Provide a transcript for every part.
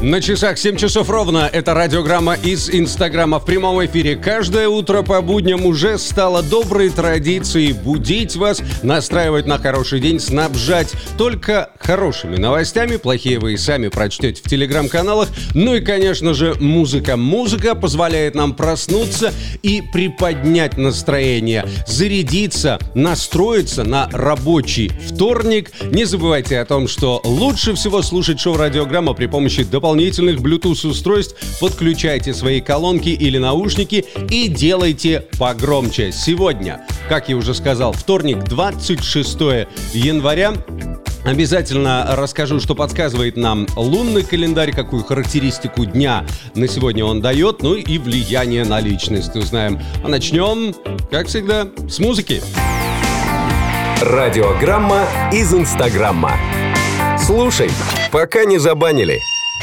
На часах 7 часов ровно. Это радиограмма из Инстаграма в прямом эфире. Каждое утро по будням уже стало доброй традицией будить вас, настраивать на хороший день, снабжать только хорошими новостями. Плохие вы и сами прочтете в телеграм-каналах. Ну и, конечно же, музыка. Музыка позволяет нам проснуться и приподнять настроение, зарядиться, настроиться на рабочий вторник. Не забывайте о том, что лучше всего слушать шоу «Радиограмма» при помощи дополнительных Bluetooth-устройств. Подключайте свои колонки или наушники и делайте погромче. Сегодня, как я уже сказал, вторник, 26 января. Обязательно расскажу, что подсказывает нам лунный календарь, какую характеристику дня на сегодня он дает, ну и влияние на личность узнаем. А начнем, как всегда, с музыки. Радиограмма из Инстаграма. Слушай, пока не забанили.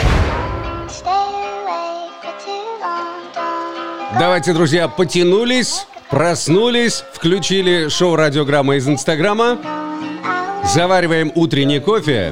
Давайте, друзья, потянулись, проснулись, включили шоу «Радиограмма» из Инстаграма. Завариваем утренний кофе.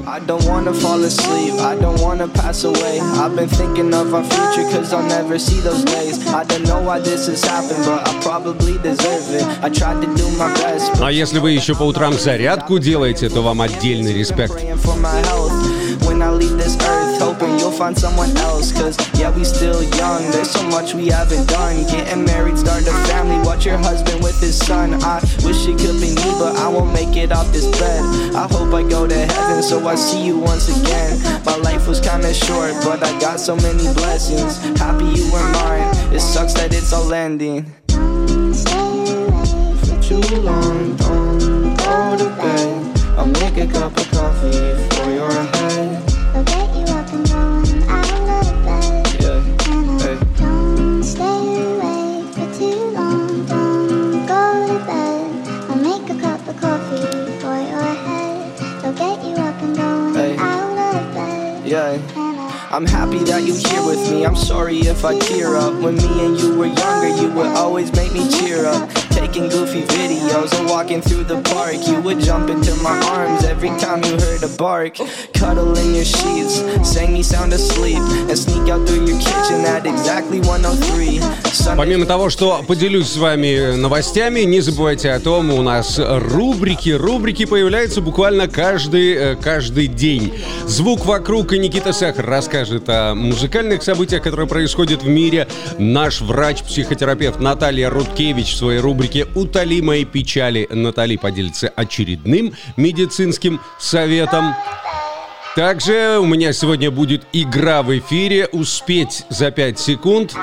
А если вы еще по утрам зарядку делаете, то вам отдельный респект. When I leave this earth, hoping you'll find someone else. Cause yeah, we still young, there's so much we haven't done. Getting married, start a family, watch your husband with his son. I wish it could be me, but I won't make it off this bed. I hope I go to heaven, so I see you once again. My life was kinda short, but I got so many blessings. Happy you were mine, it sucks that it's all ending. Stay away for too long, don't go to bed. I'll make a cup of coffee for your head. I'll get you up and going out of bed. Yeah, hey. Don't stay awake for too long. Don't go to bed. I'll make a cup of coffee for your head. I'll get you up and going out of bed. Yeah. I'm happy that you're here with me. I'm sorry if I tear up. When me and you were younger, you would always make me cheer up. Taking goofy videos and walking through the park. You would jump into my arms every time you heard a bark. Cuddle in your sheets, sang me sound asleep, and sneak out through your kitchen at exactly 1:03. Помимо того, что поделюсь с вами новостями, не забывайте о том, у нас рубрики появляются буквально каждый день. Звук вокруг, и Никита Сахар расскажет о музыкальных событиях, которые происходят в мире. Наш врач-психотерапевт Наталья Рудкевич в своей рубрике «Утоли мои печали». Наталья поделится очередным медицинским советом. Также у меня сегодня будет игра в эфире «Успеть за 5 секунд».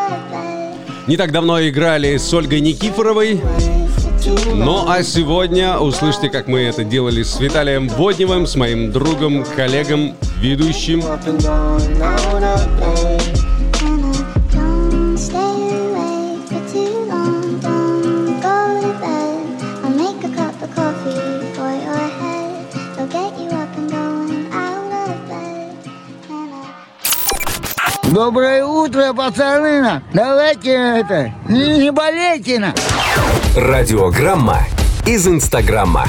Не так давно играли с Ольгой Никифоровой. Ну а сегодня услышьте, как мы это делали с Виталием Водневым, с моим другом, коллегом, ведущим. Доброе утро, пацаны! Давайте не болейте! Радиограмма из Инстаграма.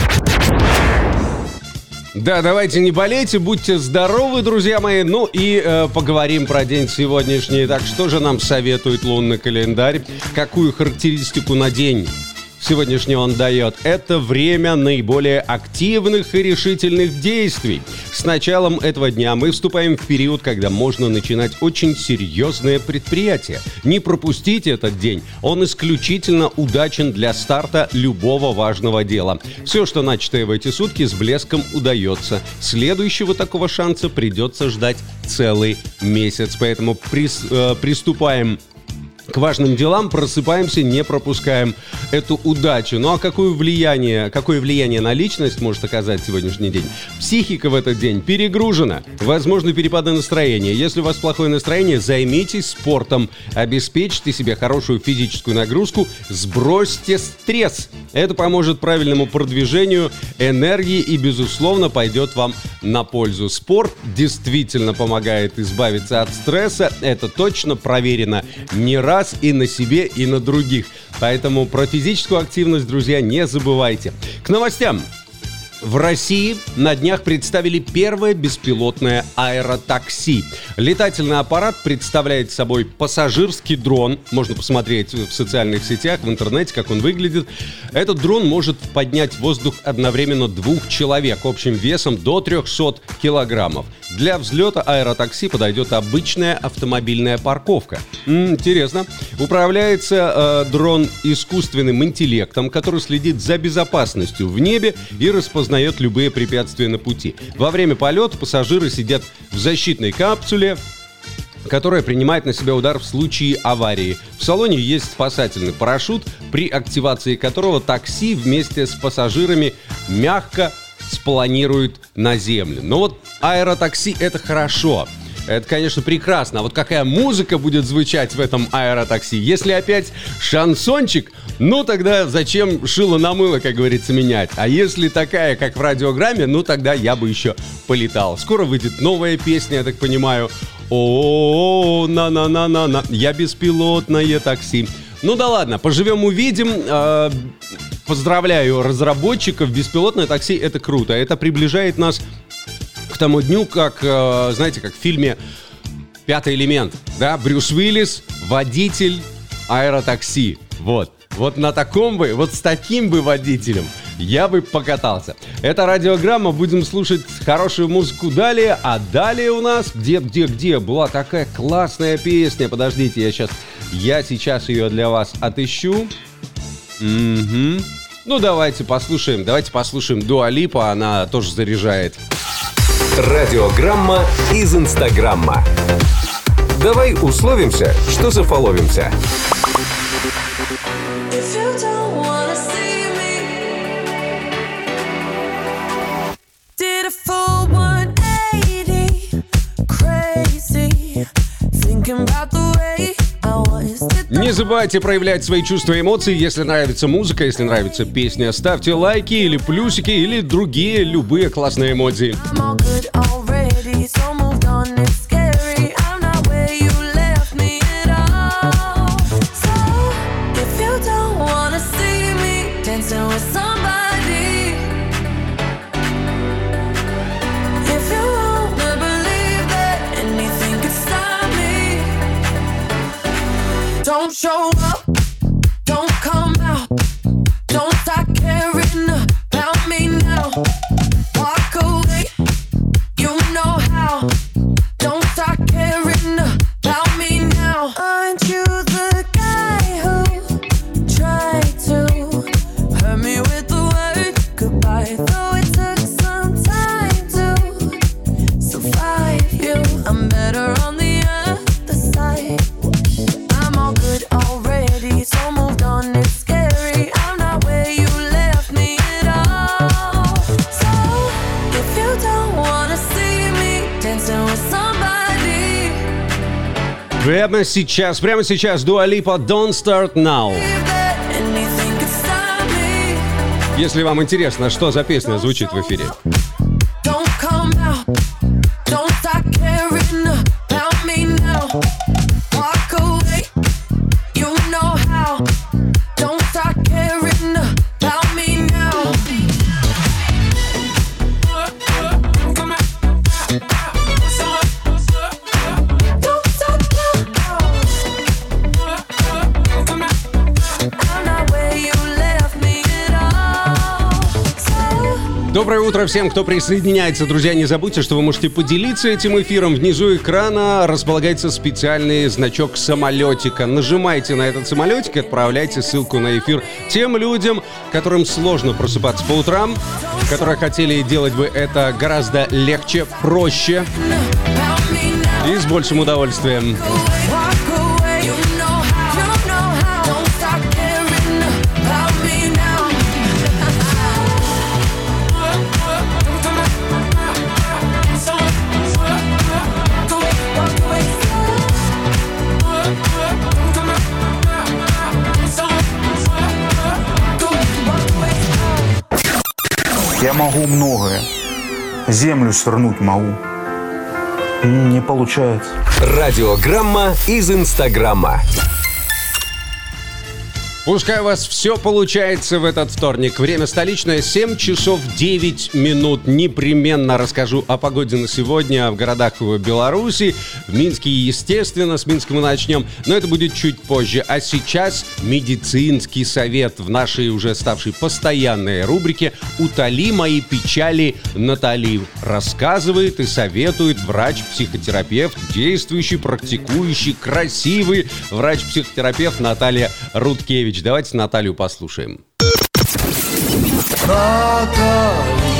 Да, давайте не болейте, будьте здоровы, друзья мои. Ну и поговорим про день сегодняшний. Так, что же нам советует лунный календарь? Какую характеристику на день сегодняшний он дает? Это время наиболее активных и решительных действий. С началом этого дня мы вступаем в период, когда можно начинать очень серьезные предприятия. Не пропустите этот день. Он исключительно удачен для старта любого важного дела. Все, что начатое в эти сутки, с блеском удается. Следующего такого шанса придется ждать целый месяц. Поэтому приступаем к важным делам, просыпаемся, не пропускаем эту удачу. Ну а какое влияние на личность может оказать сегодняшний день? Психика в этот день перегружена, возможны перепады настроения. Если у вас плохое настроение, займитесь спортом, обеспечьте себе хорошую физическую нагрузку, сбросьте стресс. Это поможет правильному продвижению энергии и, безусловно, пойдет вам на пользу. Спорт действительно помогает избавиться от стресса. Это точно проверено не раз и на себе, и на других. Поэтому про физическую активность, друзья, не забывайте. К новостям. В России на днях представили первое беспилотное аэротакси. Летательный аппарат представляет собой пассажирский дрон. Можно посмотреть в социальных сетях, в интернете, как он выглядит. Этот дрон может поднять в воздух одновременно 2 человек общим весом до 300 килограммов. Для взлета аэротакси подойдет обычная автомобильная парковка. Интересно. Управляется дрон искусственным интеллектом, который следит за безопасностью в небе и распознает любые препятствия на пути. Во время полета пассажиры сидят в защитной капсуле, которая принимает на себя удар в случае аварии. В салоне есть спасательный парашют, при активации которого такси вместе с пассажирами мягко спланирует на землю. Но вот аэротакси — это хорошо. Это, конечно, прекрасно. А вот какая музыка будет звучать в этом аэротакси? Если опять шансончик, ну тогда зачем шило на мыло, как говорится, менять? А если такая, как в радиограмме, ну тогда я бы еще полетал. Скоро выйдет новая песня, я так понимаю. О, на-на-на-на-на, я беспилотное такси. Ну да ладно, поживем-увидим. Поздравляю разработчиков. Беспилотное такси — это круто. Это приближает нас к тому дню, как, знаете, как в фильме «Пятый элемент». Да? Брюс Уиллис, водитель аэротакси. Вот на таком бы, вот с таким бы водителем я бы покатался. Это радиограмма. Будем слушать хорошую музыку далее. А далее у нас где была такая классная песня. Подождите, я сейчас ее для вас отыщу. Угу. Ну, давайте послушаем Дуа Липа, она тоже заряжает. Радиограмма из Инстаграмма. Давай условимся, что зафоловимся. Не забывайте проявлять свои чувства и эмоции. Если нравится музыка, если нравится песня, ставьте лайки или плюсики, или другие любые классные эмодзи. Don't show up, don't come out, don't start caring about me now. Walk away, you know how. Don't start caring about me now. Aren't you the guy who tried to hurt me with the word goodbye? Though it took some time to survive you, I'm better on the other side. Already, so moved on, it's scary. I'm not where you left me at all. So, if you don't wanna see me dancing with somebody, Прямо сейчас Дуа Липа Don't Start Now. Если вам интересно, что за песня звучит в эфире. Don't come out, don't start caring about me now. Walk away. You know how. Don't start caring about me now. Don't stop now. I'm not where you left me at all. So... Доброе утро всем, кто присоединяется. Друзья, не забудьте, что вы можете поделиться этим эфиром. Внизу экрана располагается специальный значок самолетика. Нажимайте на этот самолетик и отправляйте ссылку на эфир тем людям, которым сложно просыпаться по утрам, которые хотели делать бы это гораздо легче, проще и с большим удовольствием. Я могу многое. Землю свернуть могу. Не получается. Радиограмма из Инстаграмма. Пускай у вас все получается в этот вторник. Время столичное, 7 часов 9 минут. Непременно расскажу о погоде на сегодня в городах Беларуси. В Минске, естественно, с Минска мы начнем, но это будет чуть позже. А сейчас медицинский совет в нашей уже ставшей постоянной рубрике «Утоли мои печали, Натали». Рассказывает и советует врач-психотерапевт, действующий, практикующий, красивый врач-психотерапевт Наталья Рудкевич. Давайте Наталью послушаем. Натали,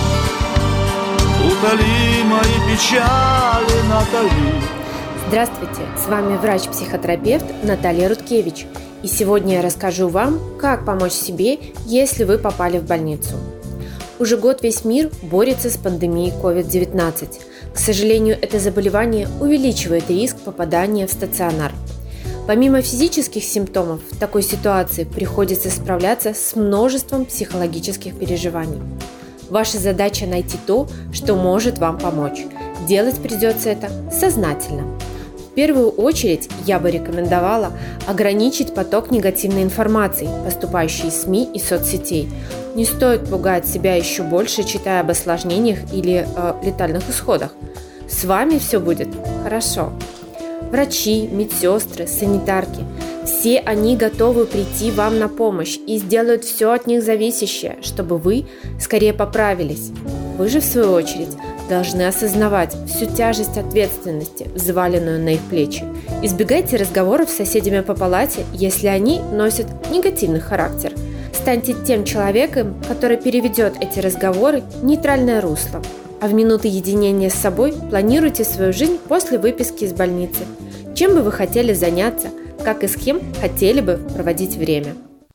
утоли мои печали, Натали. Здравствуйте, с вами врач-психотерапевт Наталья Рудкевич. И сегодня я расскажу вам, как помочь себе, если вы попали в больницу. Уже год весь мир борется с пандемией COVID-19. К сожалению, это заболевание увеличивает риск попадания в стационар. Помимо физических симптомов, в такой ситуации приходится справляться с множеством психологических переживаний. Ваша задача найти то, что может вам помочь. Делать придется это сознательно. В первую очередь я бы рекомендовала ограничить поток негативной информации, поступающей из СМИ и соцсетей. Не стоит пугать себя еще больше, читая об осложнениях или летальных исходах. С вами все будет хорошо. Врачи, медсестры, санитарки – все они готовы прийти вам на помощь и сделают все от них зависящее, чтобы вы скорее поправились. Вы же, в свою очередь, должны осознавать всю тяжесть ответственности, взваленную на их плечи. Избегайте разговоров с соседями по палате, если они носят негативный характер. Станьте тем человеком, который переведет эти разговоры в нейтральное русло. А в минуты единения с собой планируйте свою жизнь после выписки из больницы. Чем бы вы хотели заняться, как и с кем хотели бы проводить время.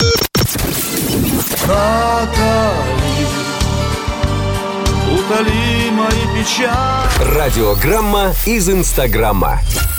Натали, утоли мои печали. Радиограмма из Инстаграма.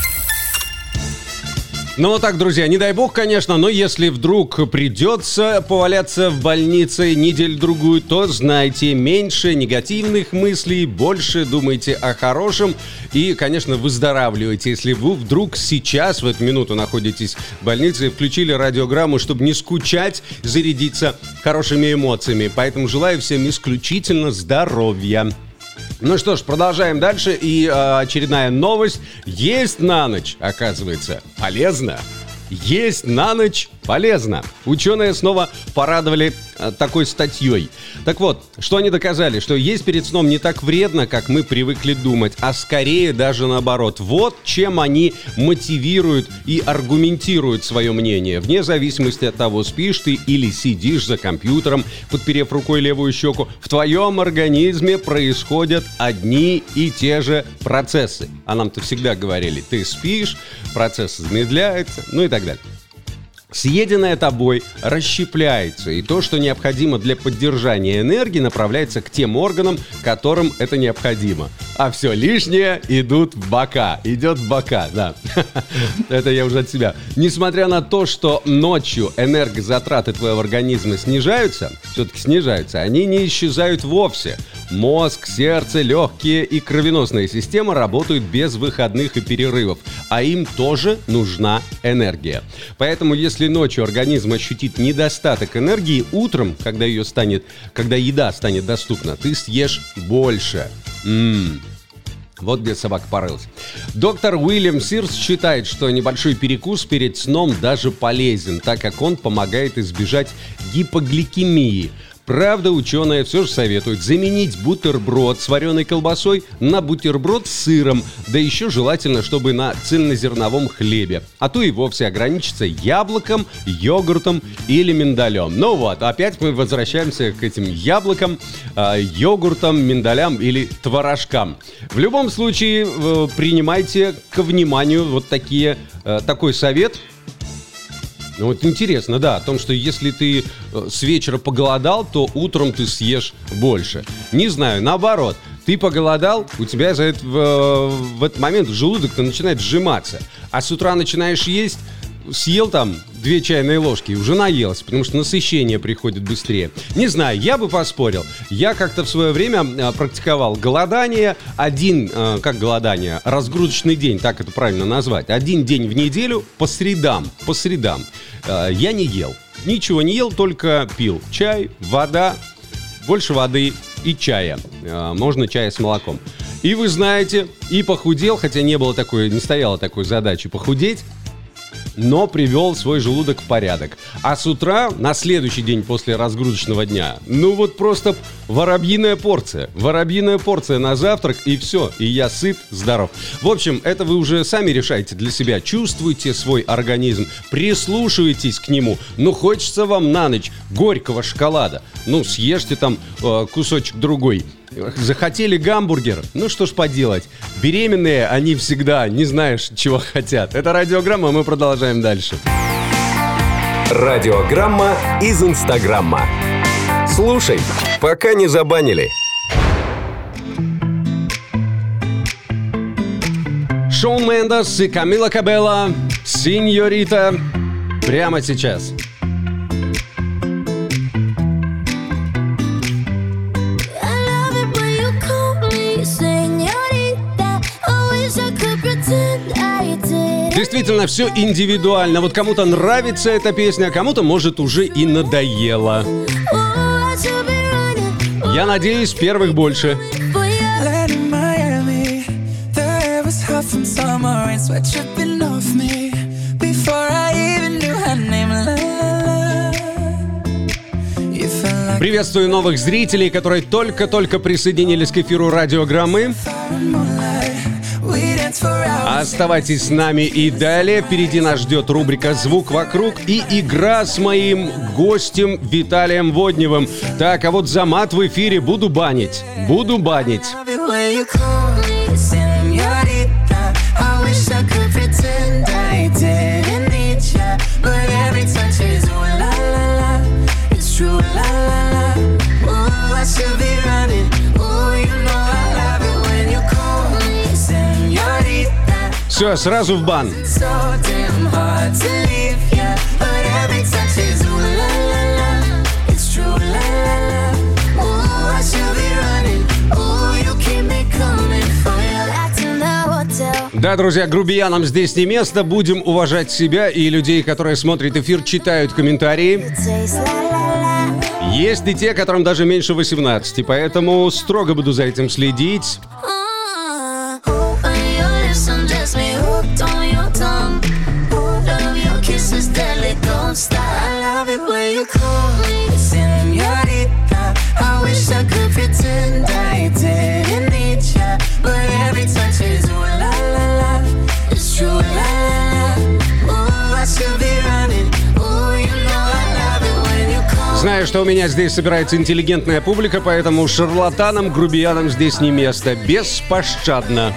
Ну вот так, друзья, не дай бог, конечно, но если вдруг придется поваляться в больнице неделю-другую, то знайте, меньше негативных мыслей, больше думайте о хорошем и, конечно, выздоравливайте. Если вы вдруг сейчас, в эту минуту, находитесь в больнице и включили радиограмму, чтобы не скучать, зарядиться хорошими эмоциями. Поэтому желаю всем исключительно здоровья. Ну что ж, продолжаем дальше. И очередная новость. Есть на ночь, оказывается, полезно. Есть на ночь полезно. Ученые снова порадовали такой статьей. Так вот, что они доказали? Что есть перед сном не так вредно, как мы привыкли думать, а скорее даже наоборот. Вот чем они мотивируют и аргументируют свое мнение. Вне зависимости от того, спишь ты или сидишь за компьютером, подперев рукой левую щеку, в твоем организме происходят одни и те же процессы. А нам-то всегда говорили, ты спишь, процесс замедляется, ну и так далее. Съеденное тобой расщепляется, и то, что необходимо для поддержания энергии, направляется к тем органам, которым это необходимо. А все лишнее идет в бока, да. Это я уже от себя. Несмотря на то, что ночью энергозатраты твоего организма снижаются, все-таки снижаются, они не исчезают вовсе. Мозг, сердце, легкие и кровеносная система работают без выходных и перерывов, а им тоже нужна энергия. Поэтому, если ночью организм ощутит недостаток энергии, утром, когда еда станет доступна, ты съешь больше. Вот где собака порылась. Доктор Уильям Сирс считает, что небольшой перекус перед сном даже полезен, так как он помогает избежать гипогликемии. Правда, ученые все же советуют заменить бутерброд с вареной колбасой на бутерброд с сыром, да еще желательно, чтобы на цельнозерновом хлебе. А то и вовсе ограничиться яблоком, йогуртом или миндалем. Ну вот, опять мы возвращаемся к этим яблокам, йогуртам, миндалям или творожкам. В любом случае, принимайте ко вниманию вот такой совет. Ну вот интересно, да, о том, что если ты с вечера поголодал, то утром ты съешь больше. Не знаю, наоборот, ты поголодал, у тебя в этот момент желудок-то начинает сжиматься, а с утра начинаешь есть, съел там 2 чайные ложки и уже наелся, потому что насыщение приходит быстрее. Не знаю, я бы поспорил. Я как-то в свое время практиковал голодание. Как голодание? Разгрузочный день, так это правильно назвать. 1 день в неделю по средам. Я не ел. Ничего не ел, только пил. Чай, вода, больше воды и чая. Можно чая с молоком. И вы знаете, и похудел, хотя не стояло такой задачи похудеть, но привел свой желудок в порядок. А с утра, на следующий день после разгрузочного дня, просто воробьиная порция на завтрак, и все, и я сыт, здоров. В общем, это вы уже сами решаете для себя. Чувствуйте свой организм, прислушивайтесь к нему. Хочется вам на ночь горького шоколада. Съешьте там кусочек другой. Захотели гамбургер? Что ж поделать. Беременные, они всегда не знаешь, чего хотят. Это радиограмма, мы продолжаем дальше. Радиограмма из Инстаграма. Слушай, пока не забанили. Шон Мендес и Камила Кабелло, «Синьорита», прямо сейчас. Действительно, все индивидуально. Вот кому-то нравится эта песня, а кому-то, может, уже и надоело. Я надеюсь, первых больше. Приветствую новых зрителей, которые только-только присоединились к эфиру радиограммы. Оставайтесь с нами и далее. Впереди нас ждет рубрика «Звук вокруг» и игра с моим гостем Виталием Водневым. Так, а вот за мат в эфире буду банить. Все, сразу в бан. Да, друзья, грубиянам здесь не место. Будем уважать себя и людей, которые смотрят эфир, читают комментарии. Есть и те, которым даже меньше 18, поэтому строго буду за этим следить. Знаю, что у меня здесь собирается интеллигентная публика, поэтому шарлатанам, грубиянам здесь не место. Беспощадно.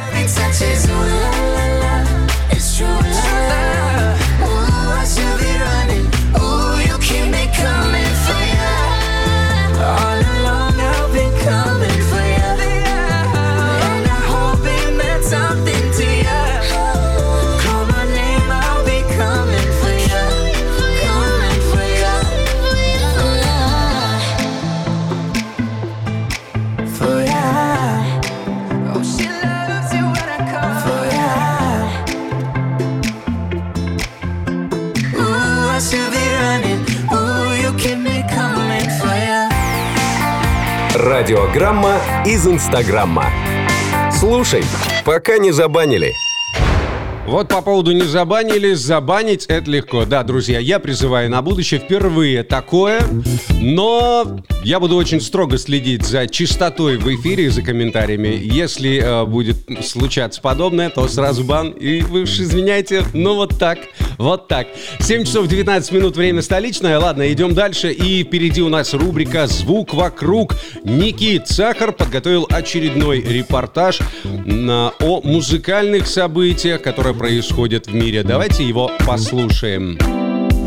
Радиограмма из Инстаграма. Слушай, пока не забанили. Вот по поводу не забанили, забанить это легко. Да, друзья, я призываю на будущее впервые такое, но я буду очень строго следить за чистотой в эфире, за комментариями. Если будет случаться подобное, то сразу бан. И вы уж извиняйте, вот так. 7 часов 19 минут, время столичное. Ладно, идем дальше. И впереди у нас рубрика «Звук вокруг». Никит Сахар подготовил очередной репортаж о музыкальных событиях, которые происходят в мире. Давайте его послушаем.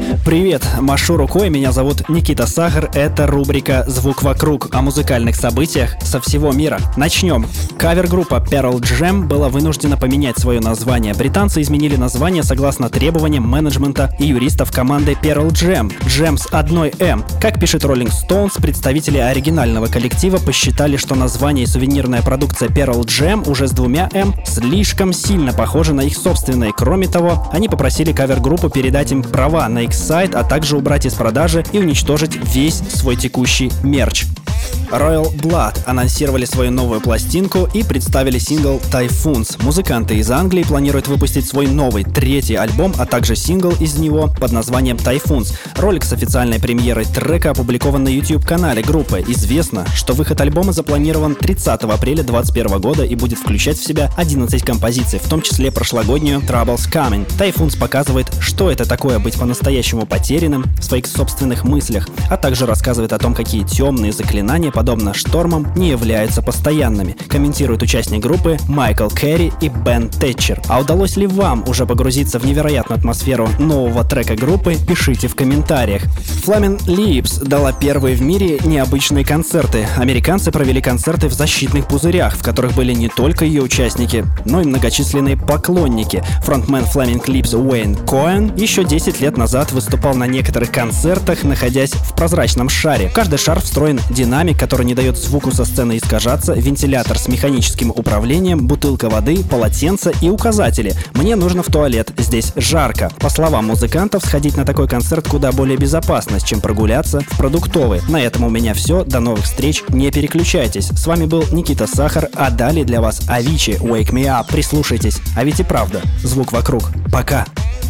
Привет, машу рукой, меня зовут Никита Сахар, это рубрика «Звук вокруг» о музыкальных событиях со всего мира. Начнем. Кавер-группа Pearl Jam была вынуждена поменять свое название. Британцы изменили название согласно требованиям менеджмента и юристов команды Pearl Jam. Jam с одной «М». Как пишет Rolling Stones, представители оригинального коллектива посчитали, что название и сувенирная продукция Pearl Jam уже с двумя «М» слишком сильно похожи на их собственные. Кроме того, они попросили кавер-группу передать им права на их сайт, а также убрать из продажи и уничтожить весь свой текущий мерч. Royal Blood анонсировали свою новую пластинку и представили сингл Typhoons. Музыканты из Англии планируют выпустить свой новый третий альбом, а также сингл из него под названием Typhoons. Ролик с официальной премьерой трека опубликован на YouTube-канале группы. Известно, что выход альбома запланирован 30 апреля 2021 года и будет включать в себя 11 композиций, в том числе прошлогоднюю Troubles Coming. Typhoons показывает, что это такое быть по-настоящему потерянным в своих собственных мыслях, а также рассказывает о том, какие темные заклинания, подобно штормам, не являются постоянными. Комментирует участник группы Майкл Керри и Бен Тэтчер. А удалось ли вам уже погрузиться в невероятную атмосферу нового трека группы? Пишите в комментариях. Flaming Lips дала первые в мире необычные концерты. Американцы провели концерты в защитных пузырях, в которых были не только ее участники, но и многочисленные поклонники. Фронтмен Flaming Lips Уэйн Коэн еще 10 лет назад выступал на некоторых концертах, находясь в прозрачном шаре. Каждый шар встроен динамик, который не дает звуку со сцены искажаться, вентилятор с механическим управлением, бутылка воды, полотенце и указатели. Мне нужно в туалет, здесь жарко. По словам музыкантов, сходить на такой концерт куда более безопасно, чем прогуляться в продуктовый. На этом у меня все, до новых встреч, не переключайтесь. С вами был Никита Сахар, а далее для вас Avicii Wake Me Up. Прислушайтесь, а ведь и правда, звук вокруг. Пока!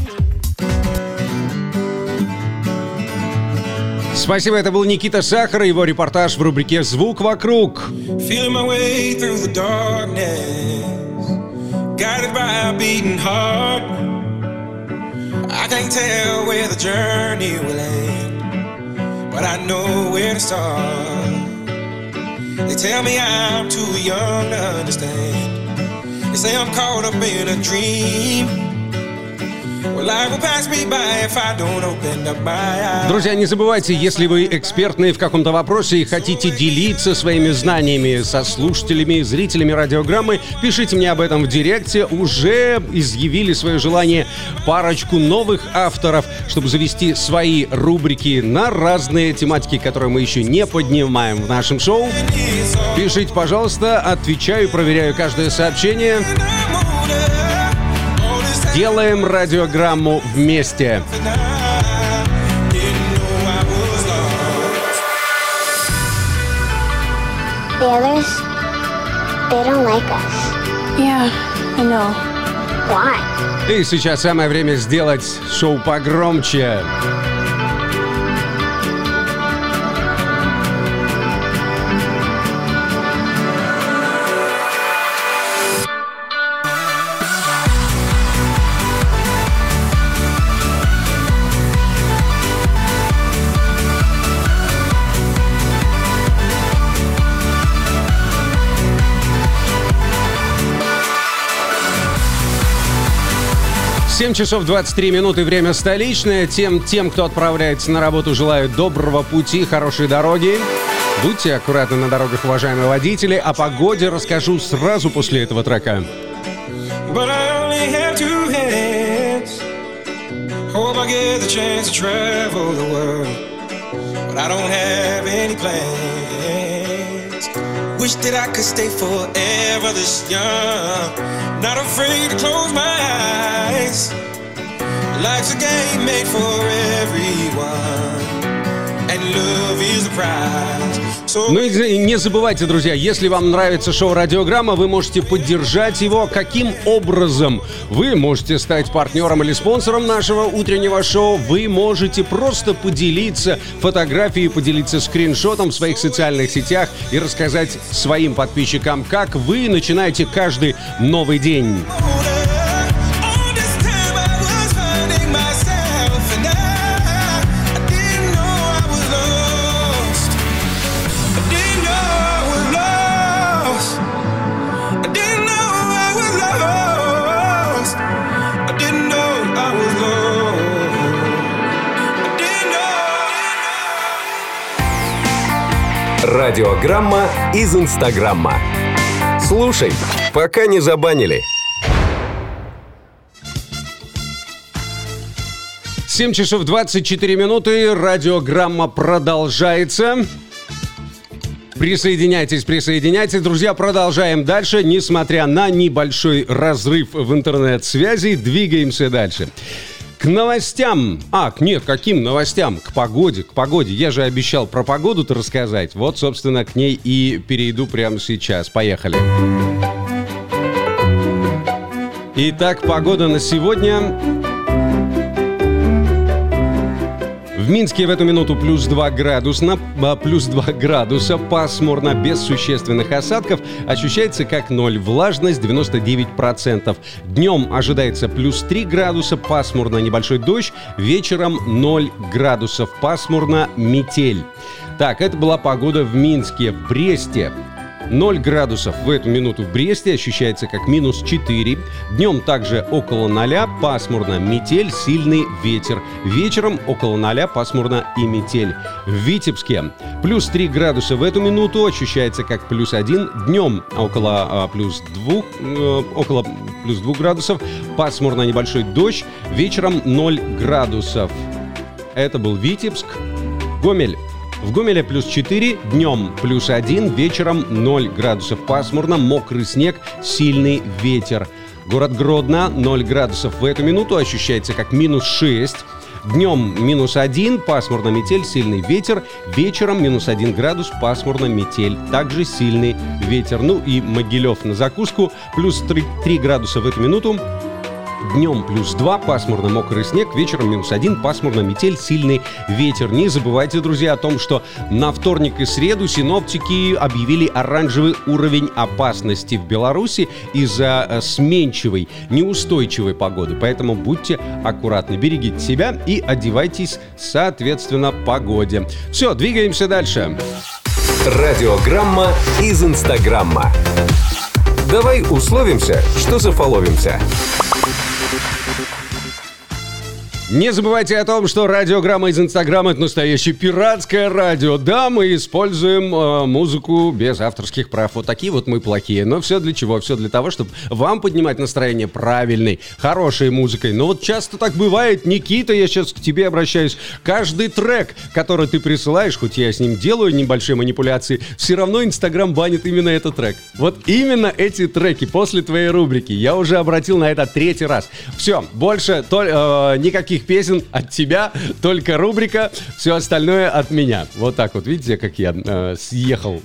Спасибо, это был Никита Сахар и его репортаж в рубрике «Звук вокруг». Друзья, не забывайте, если вы экспертные в каком-то вопросе и хотите делиться своими знаниями со слушателями, зрителями радиограммы, пишите мне об этом в директе. Уже изъявили свое желание парочку новых авторов, чтобы завести свои рубрики на разные тематики, которые мы еще не поднимаем в нашем шоу. Пишите, пожалуйста, отвечаю, проверяю каждое сообщение. Делаем радиограмму вместе. The others, they don't like us. Yeah, I know. Why? И сейчас самое время сделать шоу погромче. Семь часов 23 минуты, время столичное. Тем, кто отправляется на работу, желаю доброго пути, хорошей дороги. Будьте аккуратны на дорогах, уважаемые водители. О погоде расскажу сразу после этого трека. Wish that I could stay forever this young. Not afraid to close my eyes. Life's a game made for everyone. And love is the prize. Ну и не забывайте, друзья, если вам нравится шоу «Радиограмма», вы можете поддержать его. Каким образом? Вы можете стать партнером или спонсором нашего утреннего шоу. Вы можете просто поделиться фотографией, поделиться скриншотом в своих социальных сетях и рассказать своим подписчикам, как вы начинаете каждый новый день. Радиограмма из Инстаграма. Слушай, пока не забанили. 7 часов 24 минуты. Радиограмма продолжается. Присоединяйтесь, друзья, продолжаем дальше. Несмотря на небольшой разрыв в интернет-связи, двигаемся дальше. К новостям. Каким новостям? К погоде. Я же обещал про погоду-то рассказать. Вот, собственно, к ней и перейду прямо сейчас. Поехали. Итак, погода на сегодня. В Минске в эту минуту плюс 2 градуса, пасмурно, без существенных осадков, ощущается как 0, влажность 99%. Днем ожидается плюс 3 градуса, пасмурно, небольшой дождь, вечером 0 градусов, пасмурно, метель. Так, это была погода в Минске. В Бресте 0 градусов в эту минуту в Бресте, ощущается как минус 4. Днем также около 0, пасмурно, метель, сильный ветер. Вечером около 0, пасмурно и метель. В Витебске плюс 3 градуса в эту минуту, ощущается как плюс 1. Днем около плюс 2 градусов, пасмурно, небольшой дождь. Вечером 0 градусов. Это был Витебск. Гомель. В Гомеле плюс 4, днем плюс 1, вечером 0 градусов, пасмурно, мокрый снег, сильный ветер. Город Гродно, 0 градусов в эту минуту, ощущается как минус 6. Днем минус 1, пасмурно, метель, сильный ветер. Вечером минус 1 градус, пасмурно, метель, также сильный ветер. Ну и Могилев на закуску, плюс 3 градуса в эту минуту. Днем плюс 2, пасмурно, мокрый снег, вечером минус 1, пасмурно, метель, сильный ветер. Не забывайте, друзья, о том, что на вторник и среду синоптики объявили оранжевый уровень опасности в Беларуси из-за сменчивой, неустойчивой погоды. Поэтому будьте аккуратны, берегите себя и одевайтесь соответственно погоде. Все, двигаемся дальше. Радиограмма из Инстаграма. Давай условимся, что зафоловимся. Не забывайте о том, что радиограмма из Инстаграма — это настоящее пиратское радио. Да, мы используем музыку без авторских прав. Вот такие вот мы плохие. Но все для чего? Все для того, чтобы вам поднимать настроение правильной, хорошей музыкой. Но вот часто так бывает. Никита, я сейчас к тебе обращаюсь. Каждый трек, который ты присылаешь, хоть я с ним делаю небольшие манипуляции, все равно Инстаграм банит именно этот трек. Вот именно эти треки после твоей рубрики. Я уже обратил на это 3-й раз. Все, больше никаких песен от тебя, только рубрика, все остальное от меня. Вот так вот, видите, как я съехал.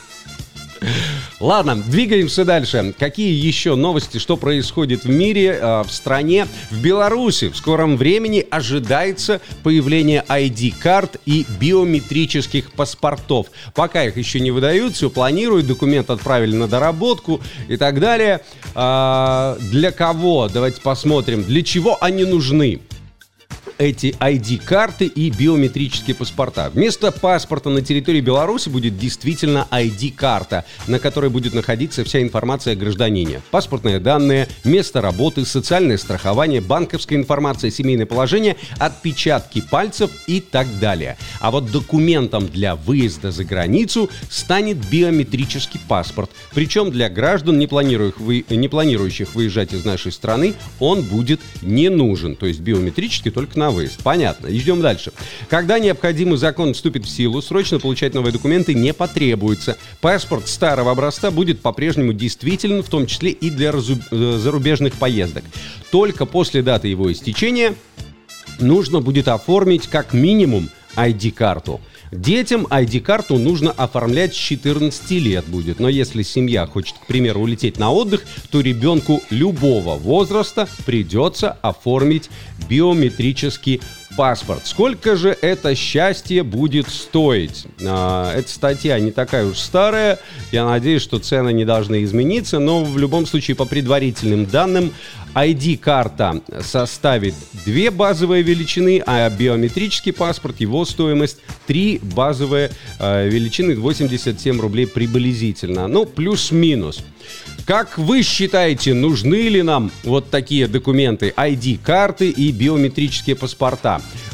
Ладно, двигаемся дальше. Какие еще новости, что происходит в мире, в стране? В Беларуси в скором времени ожидается появление ID-карт и биометрических паспортов. Пока их еще не выдают, все планируют, документ отправили на доработку и так далее. Для кого? Давайте посмотрим, для чего они нужны. Эти ID-карты и биометрические паспорта. Вместо паспорта на территории Беларуси будет действительно ID-карта, на которой будет находиться вся информация о гражданине. Паспортные данные, место работы, социальное страхование, банковская информация, семейное положение, отпечатки пальцев и так далее. А вот документом для выезда за границу станет биометрический паспорт. Причем для граждан, не планирующих выезжать из нашей страны, он будет не нужен. То есть биометрический только на выезд. Понятно. Идем дальше. Когда необходимый закон вступит в силу, срочно получать новые документы не потребуется. Паспорт старого образца будет по-прежнему действителен, в том числе и для зарубежных поездок. Только после даты его истечения нужно будет оформить как минимум ID-карту. Детям ID-карту нужно оформлять с 14 лет будет. Но если семья хочет, к примеру, улететь на отдых, то ребенку любого возраста придется оформить биометрический паспорт. Сколько же это счастье будет стоить? Эта статья не такая уж старая. Я надеюсь, что цены не должны измениться. Но в любом случае, по предварительным данным, ID-карта составит 2 базовые величины, а биометрический паспорт, его стоимость 3 базовые величины, 87 рублей приблизительно. Ну, плюс-минус. Как вы считаете, нужны ли нам вот такие документы, ID-карты и биометрические паспорта?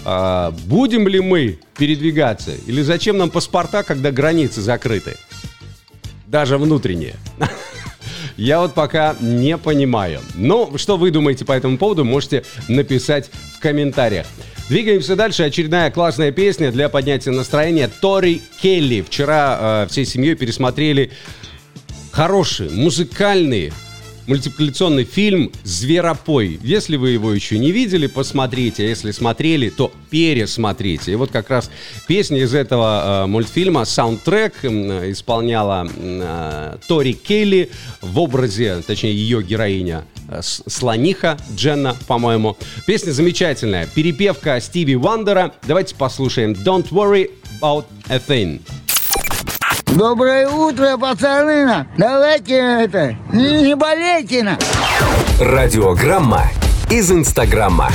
будем ли мы передвигаться? Или зачем нам паспорта, когда границы закрыты? Даже внутренние. Я вот пока не понимаю. Но что вы думаете по этому поводу, можете написать в комментариях. Двигаемся дальше. Очередная классная песня для поднятия настроения. Тори Келли. Вчера всей семьей пересмотрели хороший, музыкальный, мультипликационный фильм «Зверопой». Если вы его еще не видели, посмотрите. А если смотрели, то пересмотрите. И вот как раз песня из этого мультфильма, саундтрек, исполняла Тори Келли в образе, точнее, ее героиня слониха Дженна, по-моему. Песня замечательная. Перепевка Стиви Вандера. Давайте послушаем «Don't worry about a thing». Доброе утро, пацаны! Давайте не болейте! Радиограмма из Инстаграма.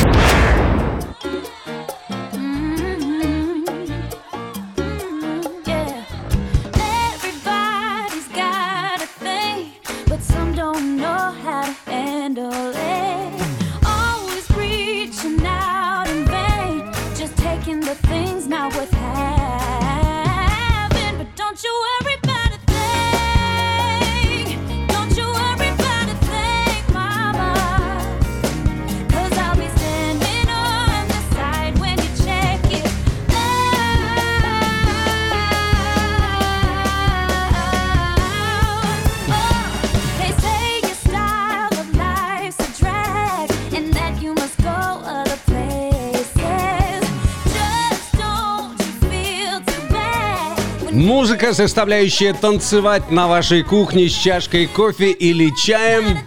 Музыка, заставляющая танцевать на вашей кухне с чашкой кофе или чаем.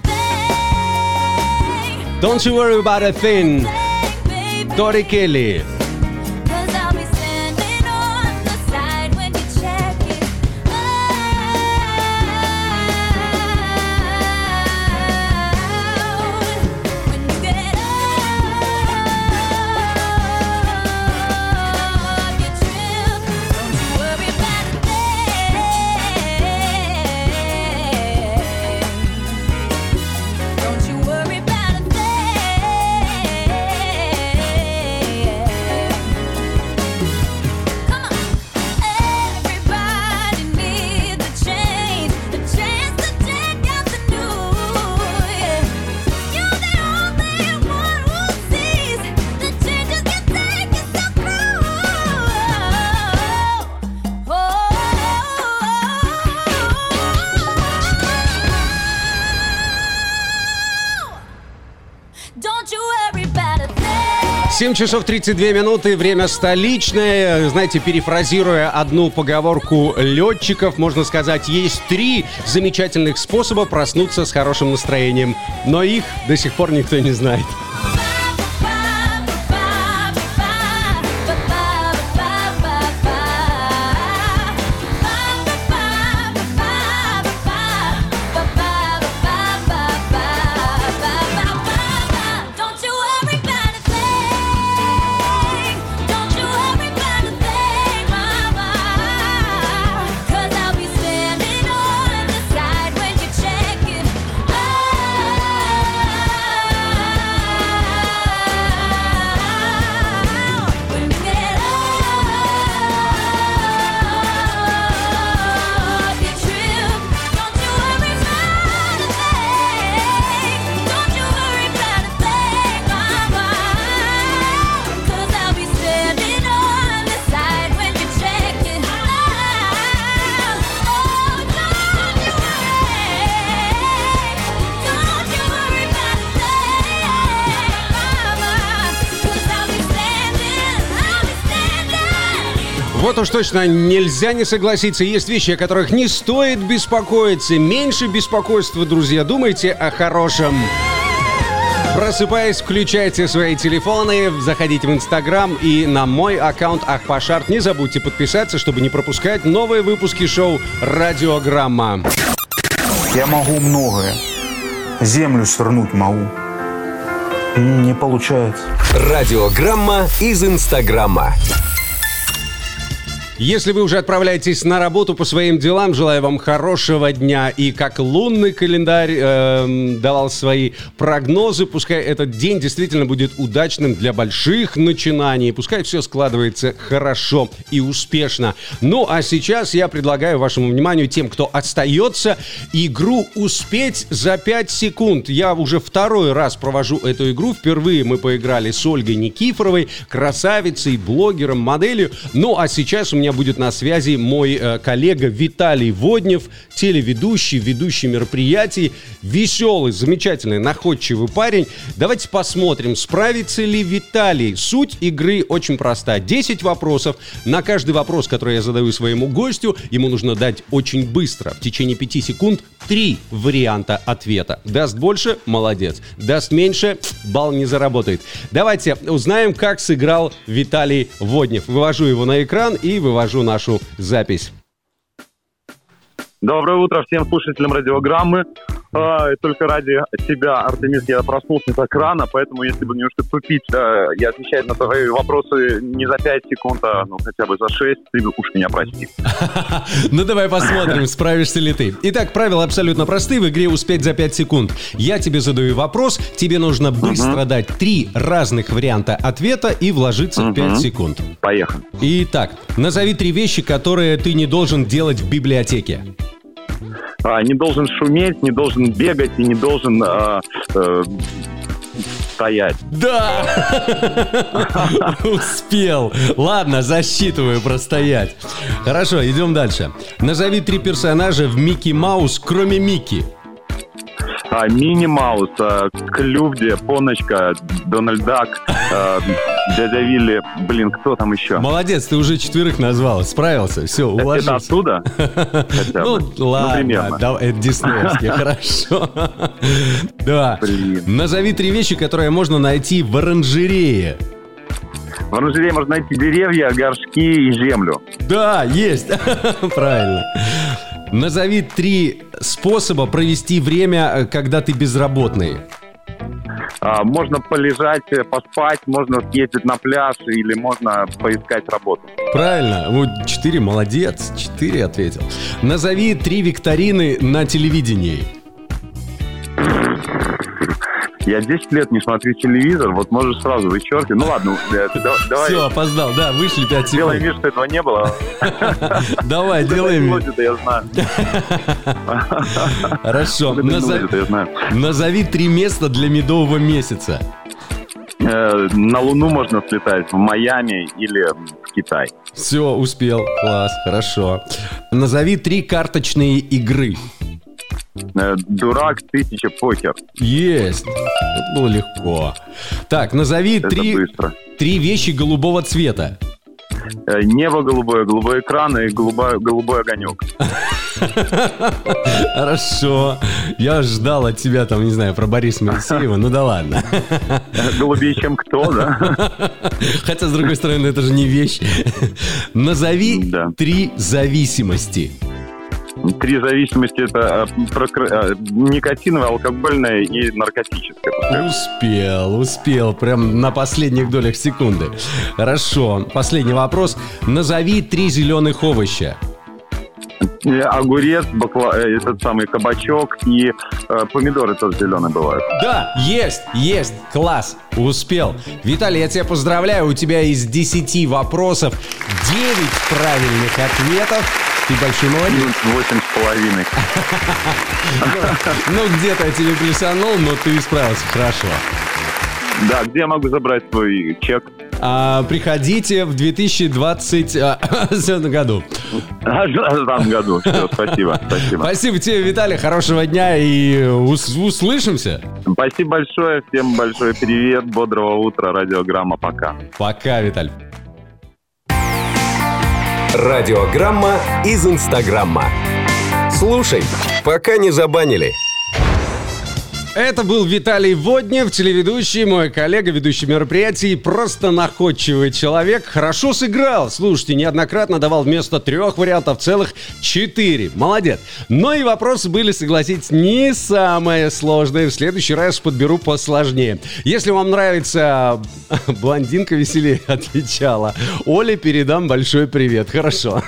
Don't you worry about a thing. Тори Келли. Don't you worry about a thing. 7 часов 32 минуты, время столичное. Знаете, перефразируя одну поговорку летчиков, можно сказать, есть 3 замечательных способа проснуться с хорошим настроением. Но их до сих пор никто не знает. Вот уж точно нельзя не согласиться. Есть вещи, о которых не стоит беспокоиться. Меньше беспокойства, друзья. Думайте о хорошем. Просыпаясь, включайте свои телефоны, заходите в Инстаграм и на мой аккаунт Ахпашарт. Не забудьте подписаться, чтобы не пропускать новые выпуски шоу «Радиограмма». Я могу многое. Землю свернуть могу. Не получается. Радиограмма из Инстаграма. Если вы уже отправляетесь на работу по своим делам, желаю вам хорошего дня. И как лунный календарь давал свои прогнозы, пускай этот день действительно будет удачным для больших начинаний. Пускай все складывается хорошо и успешно. Ну, а сейчас я предлагаю вашему вниманию, тем, кто остается, игру «Успеть за 5 секунд». Я уже второй раз провожу эту игру. Впервые мы поиграли с Ольгой Никифоровой, красавицей, блогером, моделью. Ну, а сейчас у меня будет на связи мой коллега Виталий Воднев, телеведущий, ведущий мероприятий, веселый, замечательный, находчивый парень. Давайте посмотрим, справится ли Виталий. Суть игры очень проста. 10 вопросов. На каждый вопрос, который я задаю своему гостю, ему нужно дать очень быстро, в течение 5 секунд, 3 варианта ответа. Даст больше – молодец. Даст меньше – балл не заработает. Давайте узнаем, как сыграл Виталий Воднев. Вывожу его на экран и вывожу нашу запись. Доброе утро всем слушателям радиограммы. Только ради тебя, Артемис, я проснулся так рано, поэтому если бы немножко тупить, я отвечаю на твои вопросы не за 5 секунд, а хотя бы за 6, ты уж меня прости. Ну давай посмотрим, справишься ли ты. Итак, правила абсолютно простые в игре «Успеть за 5 секунд». Я тебе задаю вопрос, тебе нужно быстро дать 3 разных варианта ответа и вложиться в 5 секунд. Поехали. Итак, назови 3 вещи, которые ты не должен делать в библиотеке. Не должен шуметь, не должен бегать и не должен стоять. Да! Успел. Ладно, засчитываю простоять. Хорошо, идем дальше. Назови 3 персонажа в Микки Маус, кроме Микки. Мини Маус, Клювди, Поночка, Дональд Дак, Дядя Вилли, кто там еще? Молодец, ты уже 4 назвал, справился, все, уложился. Это оттуда? Ну, ладно, это диснеевский, хорошо. Да. Назови 3 вещи, которые можно найти в оранжерее. В оранжерее можно найти деревья, горшки и землю. Да, есть, правильно. Назови 3 способа провести время, когда ты безработный. Можно полежать, поспать, можно съездить на пляж или можно поискать работу. Правильно, 4, молодец, 4 ответил. Назови 3 викторины на телевидении. Я 10 лет не смотрю телевизор, вот можешь сразу вычеркивать. Ну ладно, давай. Все, опоздал, да, вышли 5 секунд. Делаем вид, что этого не было. Давай, делаем вид. Я знаю. Хорошо. Назови 3 места для медового месяца. На Луну можно слетать, в Майами или в Китай. Все, успел, класс, хорошо. Назови 3 карточные игры. Дурак, 1000, покер. Есть. Это было легко. Так, назови 3 вещи голубого цвета. Небо голубое, голубой экран и голубой огонек. Хорошо. Я ждал от тебя, там, не знаю, про Бориса Моисеева. Ну да ладно. Голубее, чем кто, да? Хотя, с другой стороны, это же не вещь. Назови 3 зависимости. 3 зависимости — это никотиновая, алкогольная и наркотическая. Успел. Прям на последних долях секунды. Хорошо. Последний вопрос. Назови 3 зеленых овоща. Огурец, этот самый кабачок и помидоры тоже зеленые бывают. Да, есть, класс, успел. Виталий, я тебя поздравляю, у тебя из 10 вопросов 9 правильных ответов. Ты большой молодец. 8,5. Ну, где-то я тебе плюсанул, но ты справился хорошо. Да, где я могу забрать свой чек? Приходите в 2020 году. В этом году. Все, спасибо. Спасибо тебе, Виталий. Хорошего дня и услышимся. Спасибо большое. Всем большой привет. Бодрого утра. Радиограмма. Пока. Пока, Виталий. Радиограмма из Инстаграма. Слушай, пока не забанили. Это был Виталий Воднев, телеведущий, мой коллега, ведущий мероприятий, просто находчивый человек. Хорошо сыграл. Слушайте, неоднократно давал вместо 3 вариантов целых 4. Молодец. Но и вопросы были, согласитесь, не самые сложные. В следующий раз подберу посложнее. Если вам нравится блондинка веселее отвечала, Оле передам большой привет. Хорошо.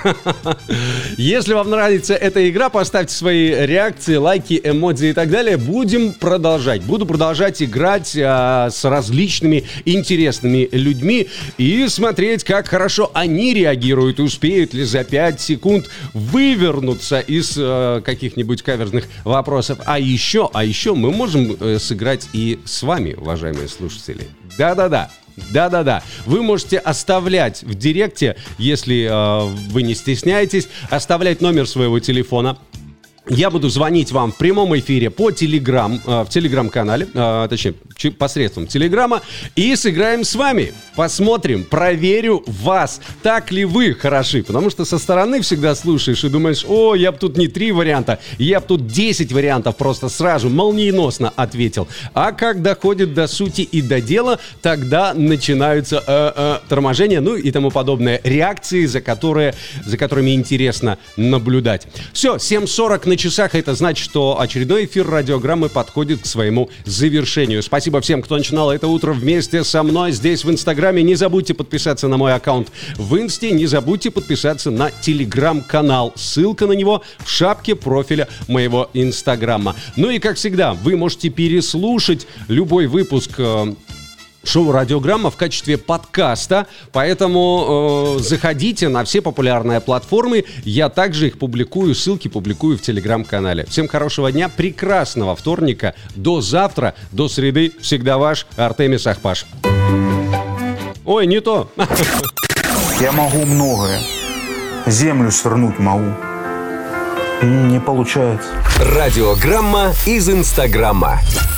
Если вам нравится эта игра, поставьте свои реакции, лайки, эмодзи и так далее. Будем продолжать. Буду продолжать играть с различными интересными людьми и смотреть, как хорошо они реагируют, успеют ли за 5 секунд вывернуться из каких-нибудь каверзных вопросов. А еще мы можем сыграть и с вами, уважаемые слушатели. Да-да-да. Вы можете оставлять в директе, если вы не стесняетесь, оставлять номер своего телефона. Я буду звонить вам в прямом эфире по Telegram, в Telegram-канале, точнее, посредством Телеграма, и сыграем с вами. Посмотрим, проверю вас, так ли вы хороши. Потому что со стороны всегда слушаешь и думаешь: о, я бы тут не 3 варианта, я бы тут 10 вариантов просто сразу молниеносно ответил. А как доходит до сути и до дела, тогда начинаются торможения, ну и тому подобное, реакции, за которыми интересно наблюдать. Все, 7:40 на часах, это значит, что очередной эфир радиограммы подходит к своему завершению. Спасибо всем, кто начинал это утро вместе со мной здесь в Инстаграме. Не забудьте подписаться на мой аккаунт в Инсте, не забудьте подписаться на Телеграм-канал. Ссылка на него в шапке профиля моего Инстаграма. Ну и, как всегда, вы можете переслушать любой выпуск шоу «Радиограмма» в качестве подкаста, поэтому заходите на все популярные платформы, я также их публикую, ссылки публикую в Телеграм-канале. Всем хорошего дня, прекрасного вторника, до завтра, до среды, всегда ваш Артемис Ахпаш. Ой, не то. Я могу многое, землю свернуть могу, не получается. Радиограмма из Инстаграма.